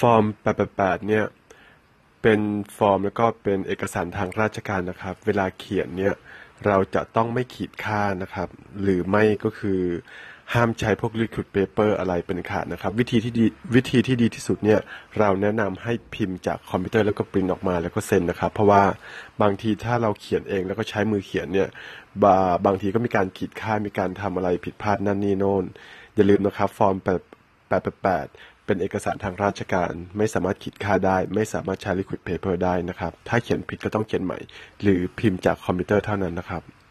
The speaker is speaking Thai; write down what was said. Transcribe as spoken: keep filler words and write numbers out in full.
อร์มแปด แปด แปดเนี่ยเป็นฟอร์มแล้วก็เป็นเอกสารทางราชการนะครับเวลาเขียนเนี่ยเราจะต้องไม่ขีดค่านะครับหรือไม่ก็คือห้ามใช้พวก liquid paper อะไรเป็นขาดนะครับวิธีที่ดีวิธีที่ดีที่สุดเนี่ยเราแนะนำให้พิมพ์จากคอมพิวเตอร์แล้วก็ปริ้นออกมาแล้วก็เซ็นนะครับเพราะว่าบางทีถ้าเราเขียนเองแล้วก็ใช้มือเขียนเนี่ยบาบางทีก็มีการขีดค่ามีการทำอะไรผิดพลาดนั่นนี่โน่นอย่าลืมนะครับฟอร์มแปด แปด แปดเป็นเอกสารทางราชการไม่สามารถขีดค่าได้ไม่สามารถใช้ liquid paper ได้นะครับถ้าเขียนผิดก็ต้องเขียนใหม่หรือพิมพ์จากคอมพิวเตอร์เท่านั้นนะครับ